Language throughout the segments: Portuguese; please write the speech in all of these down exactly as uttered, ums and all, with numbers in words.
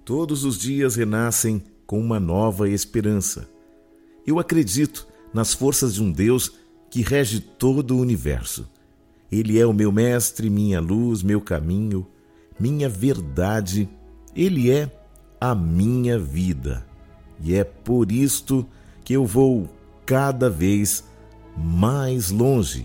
Todos os dias renascem com uma nova esperança. Eu acredito nas forças de um Deus que rege todo o universo. Ele é o meu mestre, minha luz, meu caminho, minha verdade. Ele é a minha vida. E é por isto que eu vou cada vez mais longe,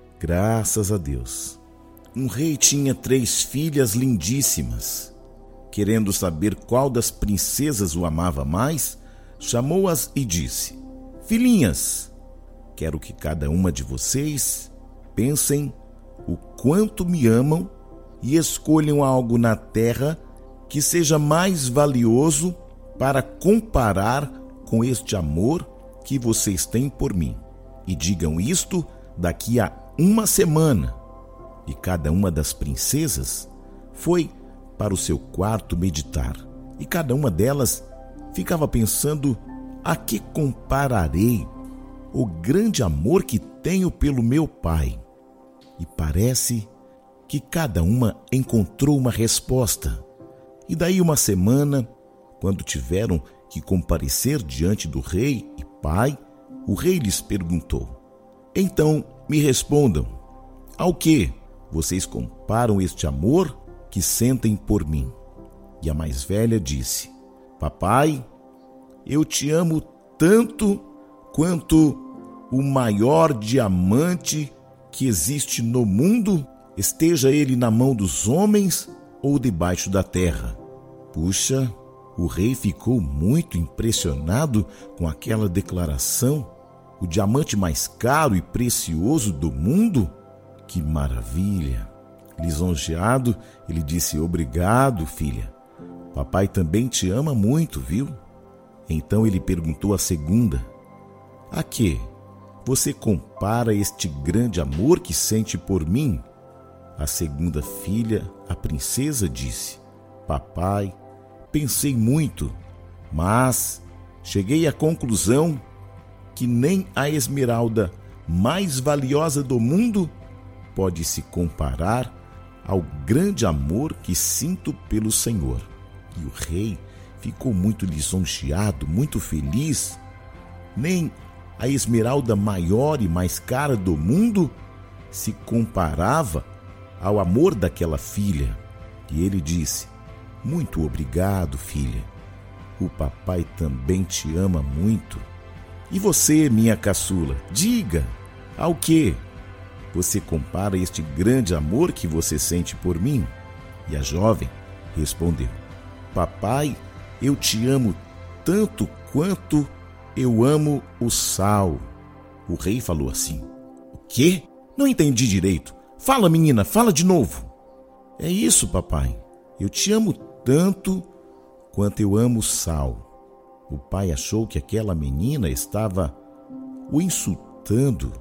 graças a Deus. Um rei tinha três filhas lindíssimas. Querendo saber qual das princesas o amava mais, chamou-as e disse: Filhinhas, quero que cada uma de vocês pensem o quanto me amam e escolham algo na terra que seja mais valioso para comparar com este amor que vocês têm por mim. E digam isto daqui a uma semana. E cada uma das princesas foi para o seu quarto meditar. E cada uma delas ficava pensando: a que compararei o grande amor que tenho pelo meu pai? E parece que cada uma encontrou uma resposta. E daí uma semana, quando tiveram que comparecer diante do rei e pai, o rei lhes perguntou: Então me respondam, ao que vocês comparam este amor que sentem por mim? E a mais velha disse: Papai, eu te amo tanto quanto o maior diamante que existe no mundo, esteja ele na mão dos homens ou debaixo da terra. Puxa, o rei ficou muito impressionado com aquela declaração. O diamante mais caro e precioso do mundo? Que maravilha! Lisonjeado, ele disse: Obrigado, filha. Papai também te ama muito, viu? Então ele perguntou à segunda: A que você compara este grande amor que sente por mim? A segunda filha, a princesa, disse: Papai, pensei muito, mas cheguei à conclusão que nem a esmeralda mais valiosa do mundo pode se comparar ao grande amor que sinto pelo Senhor. E o rei ficou muito lisonjeado, muito feliz. Nem a esmeralda maior e mais cara do mundo se comparava ao amor daquela filha. E ele disse: Muito obrigado, filha. O papai também te ama muito. E você, minha caçula, diga, ao que você compara este grande amor que você sente por mim? E a jovem respondeu: Papai, eu te amo tanto quanto eu amo o sal. O rei falou assim: O quê? Não entendi direito. Fala, menina, fala de novo. É isso, papai. Eu te amo tanto quanto eu amo o sal. O pai achou que aquela menina estava o insultando.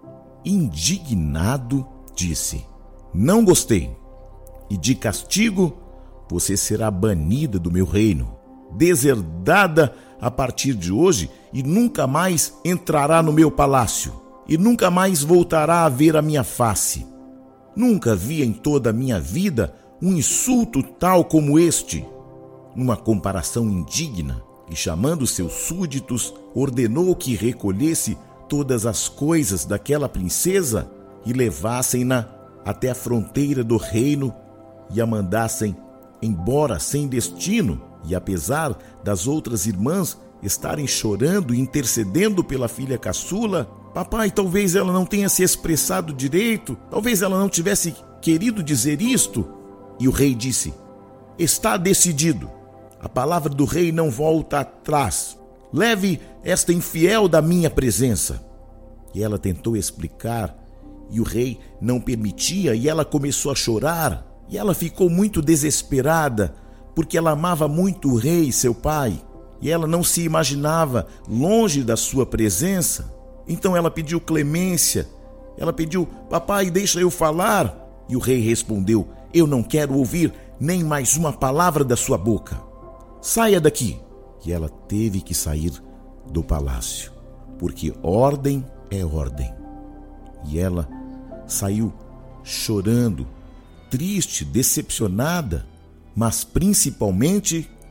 Indignado, disse: Não gostei. E de castigo, você será banida do meu reino, deserdada a partir de hoje, e nunca mais entrará no meu palácio, e nunca mais voltará a ver a minha face. Nunca vi em toda a minha vida um insulto tal como este. Uma comparação indigna. E chamando seus súditos, ordenou que recolhesse todas as coisas daquela princesa e levassem-na até a fronteira do reino e a mandassem embora sem destino. E apesar das outras irmãs estarem chorando e intercedendo pela filha caçula, papai, talvez ela não tenha se expressado direito, talvez ela não tivesse querido dizer isto. E o rei disse: Está decidido. A palavra do rei não volta atrás. Leve esta infiel da minha presença. E ela tentou explicar, e o rei não permitia, e ela começou a chorar. E ela ficou muito desesperada, porque ela amava muito o rei, seu pai, e ela não se imaginava longe da sua presença. Então ela pediu clemência. Ela pediu: Papai, deixa eu falar. E o rei respondeu: Eu não quero ouvir nem mais uma palavra da sua boca. Saia daqui. E ela teve que sair do palácio, porque ordem é ordem. E ela saiu chorando, triste, decepcionada, mas principalmente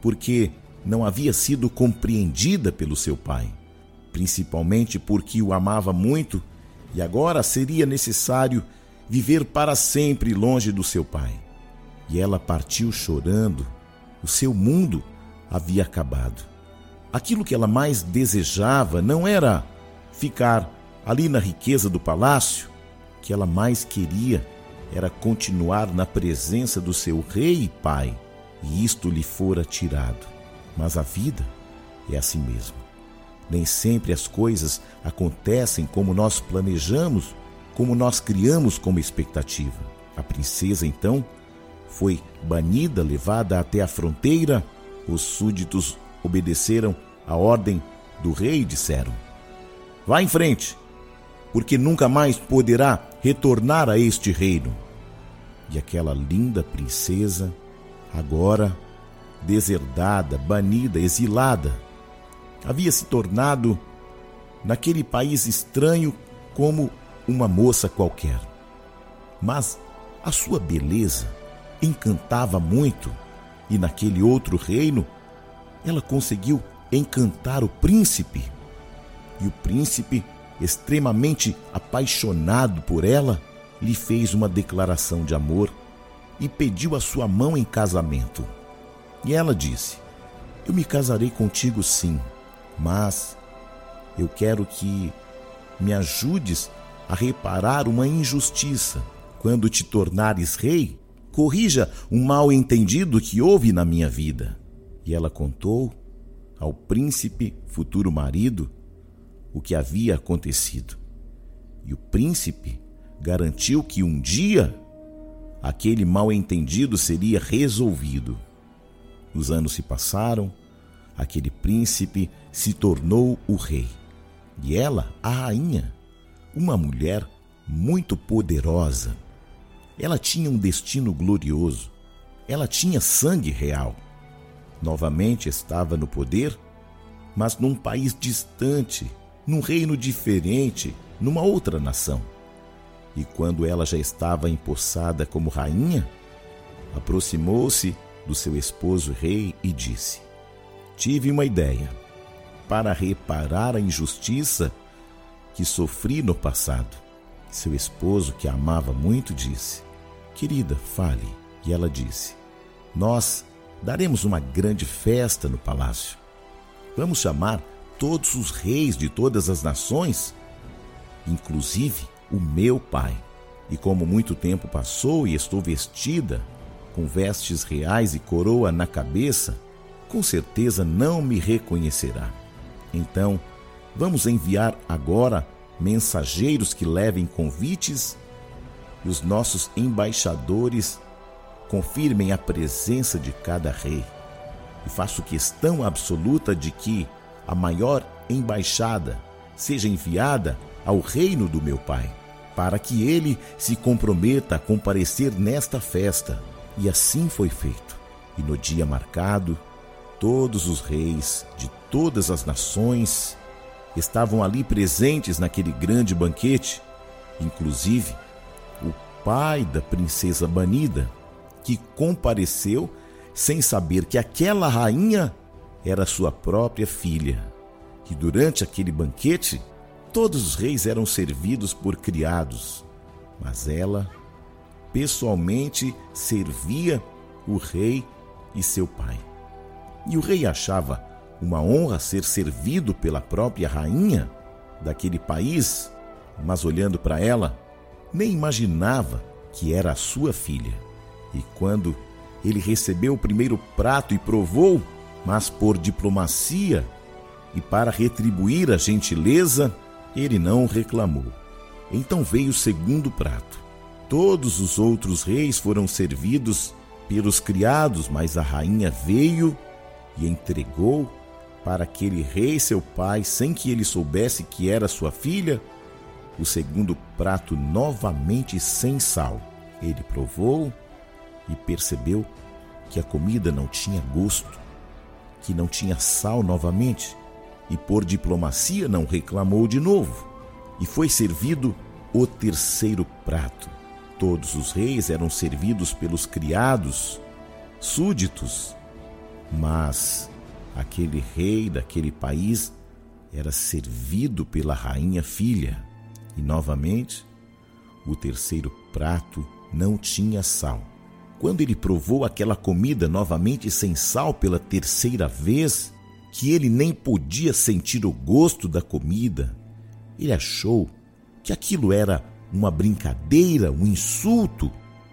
porque não havia sido compreendida pelo seu pai, principalmente porque o amava muito e agora seria necessário viver para sempre longe do seu pai. E ela partiu chorando. O seu mundo havia acabado. Aquilo que ela mais desejava não era ficar ali na riqueza do palácio. O que ela mais queria era continuar na presença do seu rei e pai, e isto lhe fora tirado. Mas a vida é assim mesmo. Nem sempre as coisas acontecem como nós planejamos, como nós criamos como expectativa. A princesa, então, foi banida, levada até a fronteira. Os súditos obedeceram a ordem do rei e disseram: vá em frente, porque nunca mais poderá retornar a este reino. E aquela linda princesa, agora deserdada, banida, exilada, havia se tornado, naquele país estranho, como uma moça qualquer. Mas a sua beleza encantava muito, e naquele outro reino ela conseguiu encantar o príncipe. E o príncipe, extremamente apaixonado por ela, lhe fez uma declaração de amor e pediu a sua mão em casamento. E ela disse: eu me casarei contigo sim, mas eu quero que me ajudes a reparar uma injustiça. Quando te tornares rei, corrija um mal-entendido que houve na minha vida. E ela contou ao príncipe, futuro marido, o que havia acontecido. E o príncipe garantiu que um dia aquele mal-entendido seria resolvido. Os anos se passaram, aquele príncipe se tornou o rei. E ela, a rainha, uma mulher muito poderosa. Ela tinha um destino glorioso. Ela tinha sangue real. Novamente estava no poder, mas num país distante, num reino diferente, numa outra nação. E quando ela já estava empossada como rainha, aproximou-se do seu esposo rei e disse: tive uma ideia para reparar a injustiça que sofri no passado. Seu esposo, que a amava muito, disse: querida, fale. E ela disse: nós daremos uma grande festa no palácio. Vamos chamar todos os reis de todas as nações, inclusive o meu pai. E como muito tempo passou e estou vestida com vestes reais e coroa na cabeça, com certeza não me reconhecerá. Então, vamos enviar agora mensageiros que levem convites, e os nossos embaixadores confirmem a presença de cada rei. E faço questão absoluta de que a maior embaixada seja enviada ao reino do meu pai, para que ele se comprometa a comparecer nesta festa. E assim foi feito. E no dia marcado, todos os reis de todas as nações estavam ali presentes naquele grande banquete, inclusive o pai da princesa banida, que compareceu sem saber que aquela rainha era sua própria filha. E durante aquele banquete, todos os reis eram servidos por criados, mas ela pessoalmente servia o rei e seu pai. E o rei achava uma honra ser servido pela própria rainha daquele país, mas olhando para ela, nem imaginava que era a sua filha. E quando ele recebeu o primeiro prato e provou, mas por diplomacia e para retribuir a gentileza, ele não reclamou. Então veio o segundo prato. Todos os outros reis foram servidos pelos criados, mas a rainha veio e entregou para aquele rei, seu pai, sem que ele soubesse que era sua filha, o segundo prato novamente sem sal. Ele provou e percebeu que a comida não tinha gosto, que não tinha sal novamente, e por diplomacia não reclamou de novo. E foi servido o terceiro prato. Todos os reis eram servidos pelos criados, súditos, Mas aquele rei daquele país era servido pela rainha filha. E novamente, o terceiro prato não tinha sal. Quando ele provou aquela comida novamente sem sal pela terceira vez, que ele nem podia sentir o gosto da comida, ele achou que aquilo era uma brincadeira, um insulto,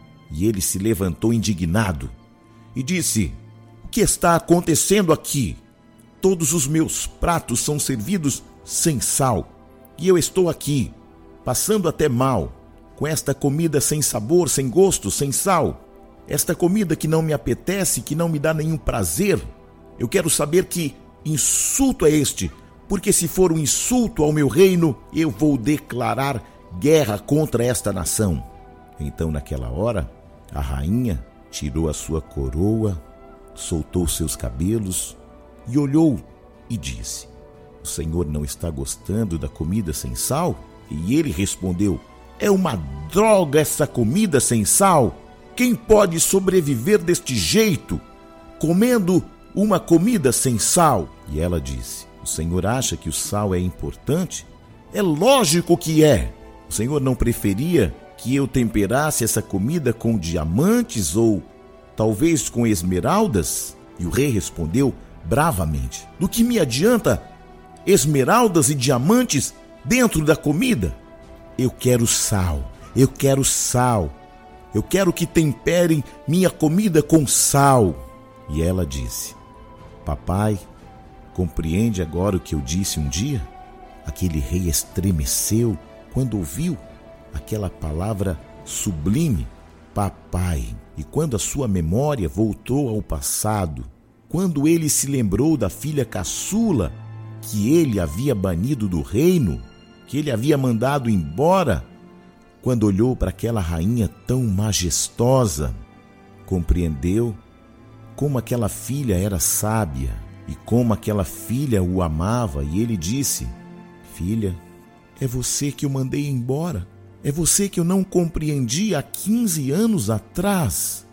e ele se levantou indignado e disse: "O que está acontecendo aqui? Todos os meus pratos são servidos sem sal, e eu estou aqui, passando até mal, com esta comida sem sabor, sem gosto, sem sal. Esta comida que não me apetece, que não me dá nenhum prazer. Eu quero saber que insulto é este, porque se for um insulto ao meu reino, eu vou declarar guerra contra esta nação." Então, naquela hora, a rainha tirou a sua coroa, soltou seus cabelos e olhou e disse: "O Senhor não está gostando da comida sem sal?" E ele respondeu: "É uma droga essa comida sem sal. Quem pode sobreviver deste jeito, comendo uma comida sem sal?" E ela disse: "O Senhor acha que o sal é importante? É lógico que é. O Senhor não preferia que eu temperasse essa comida com diamantes ou talvez com esmeraldas?" E o rei respondeu bravamente: "Do que me adianta esmeraldas e diamantes dentro da comida? Eu quero sal, eu quero sal. Eu quero que temperem minha comida com sal." E ela disse: "Papai, compreende agora o que eu disse um dia?" Aquele rei estremeceu quando ouviu aquela palavra sublime, papai. E quando a sua memória voltou ao passado, quando ele se lembrou da filha caçula que ele havia banido do reino, que ele havia mandado embora, quando olhou para aquela rainha tão majestosa, compreendeu como aquela filha era sábia e como aquela filha o amava, e ele disse: "Filha, é você que eu mandei embora. É você que eu não compreendi há quinze anos atrás.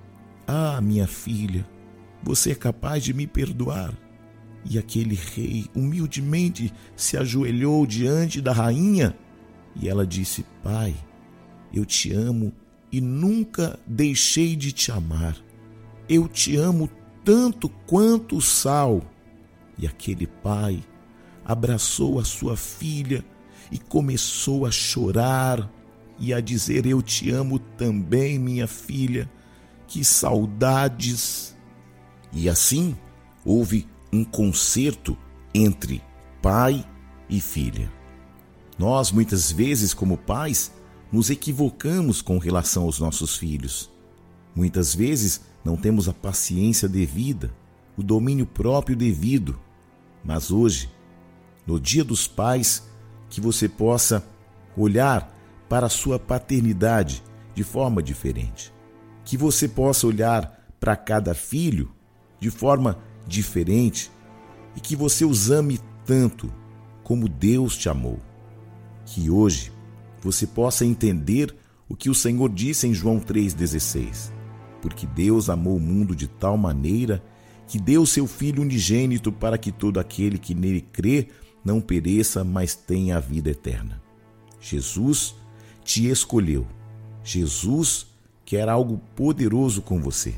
Ah, minha filha, você é capaz de me perdoar?" E aquele rei humildemente se ajoelhou diante da rainha e ela disse: "Pai, eu te amo e nunca deixei de te amar. Eu te amo tanto quanto o sal." E aquele pai abraçou a sua filha e começou a chorar e a dizer: "Eu te amo também, minha filha. Que saudades." E assim houve um concerto entre pai e filha. Nós, muitas vezes, como pais, nos equivocamos com relação aos nossos filhos. Muitas vezes não temos a paciência devida, o domínio próprio devido. Mas hoje, no Dia dos Pais, que você possa olhar para a sua paternidade de forma diferente. Que você possa olhar para cada filho de forma diferente e que você os ame tanto como Deus te amou. Que hoje você possa entender o que o Senhor disse em João três dezesseis. Porque Deus amou o mundo de tal maneira que deu seu Filho unigênito para que todo aquele que nele crê não pereça, mas tenha a vida eterna. Jesus te escolheu. Jesus quer algo poderoso com você.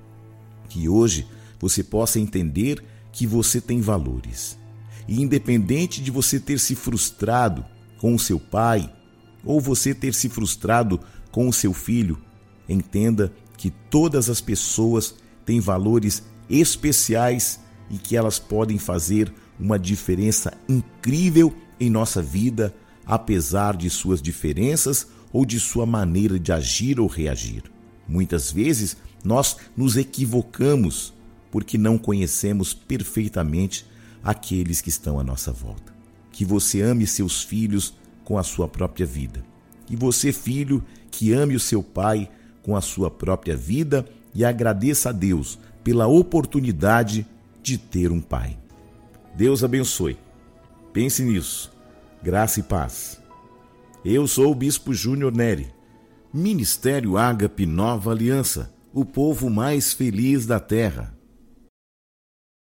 Que hoje você possa entender que você tem valores. E independente de você ter se frustrado com o seu pai, ou você ter se frustrado com o seu filho, entenda que todas as pessoas têm valores especiais e que elas podem fazer uma diferença incrível em nossa vida, apesar de suas diferenças ou de sua maneira de agir ou reagir. Muitas vezes nós nos equivocamos porque não conhecemos perfeitamente aqueles que estão à nossa volta. Que você ame seus filhos com a sua própria vida. E você, filho, que ame o seu pai com a sua própria vida e agradeça a Deus pela oportunidade de ter um pai. Deus abençoe. Pense nisso. Graça e paz. Eu sou o Bispo Júnior Neri. Ministério Ágape Nova Aliança, o povo mais feliz da terra.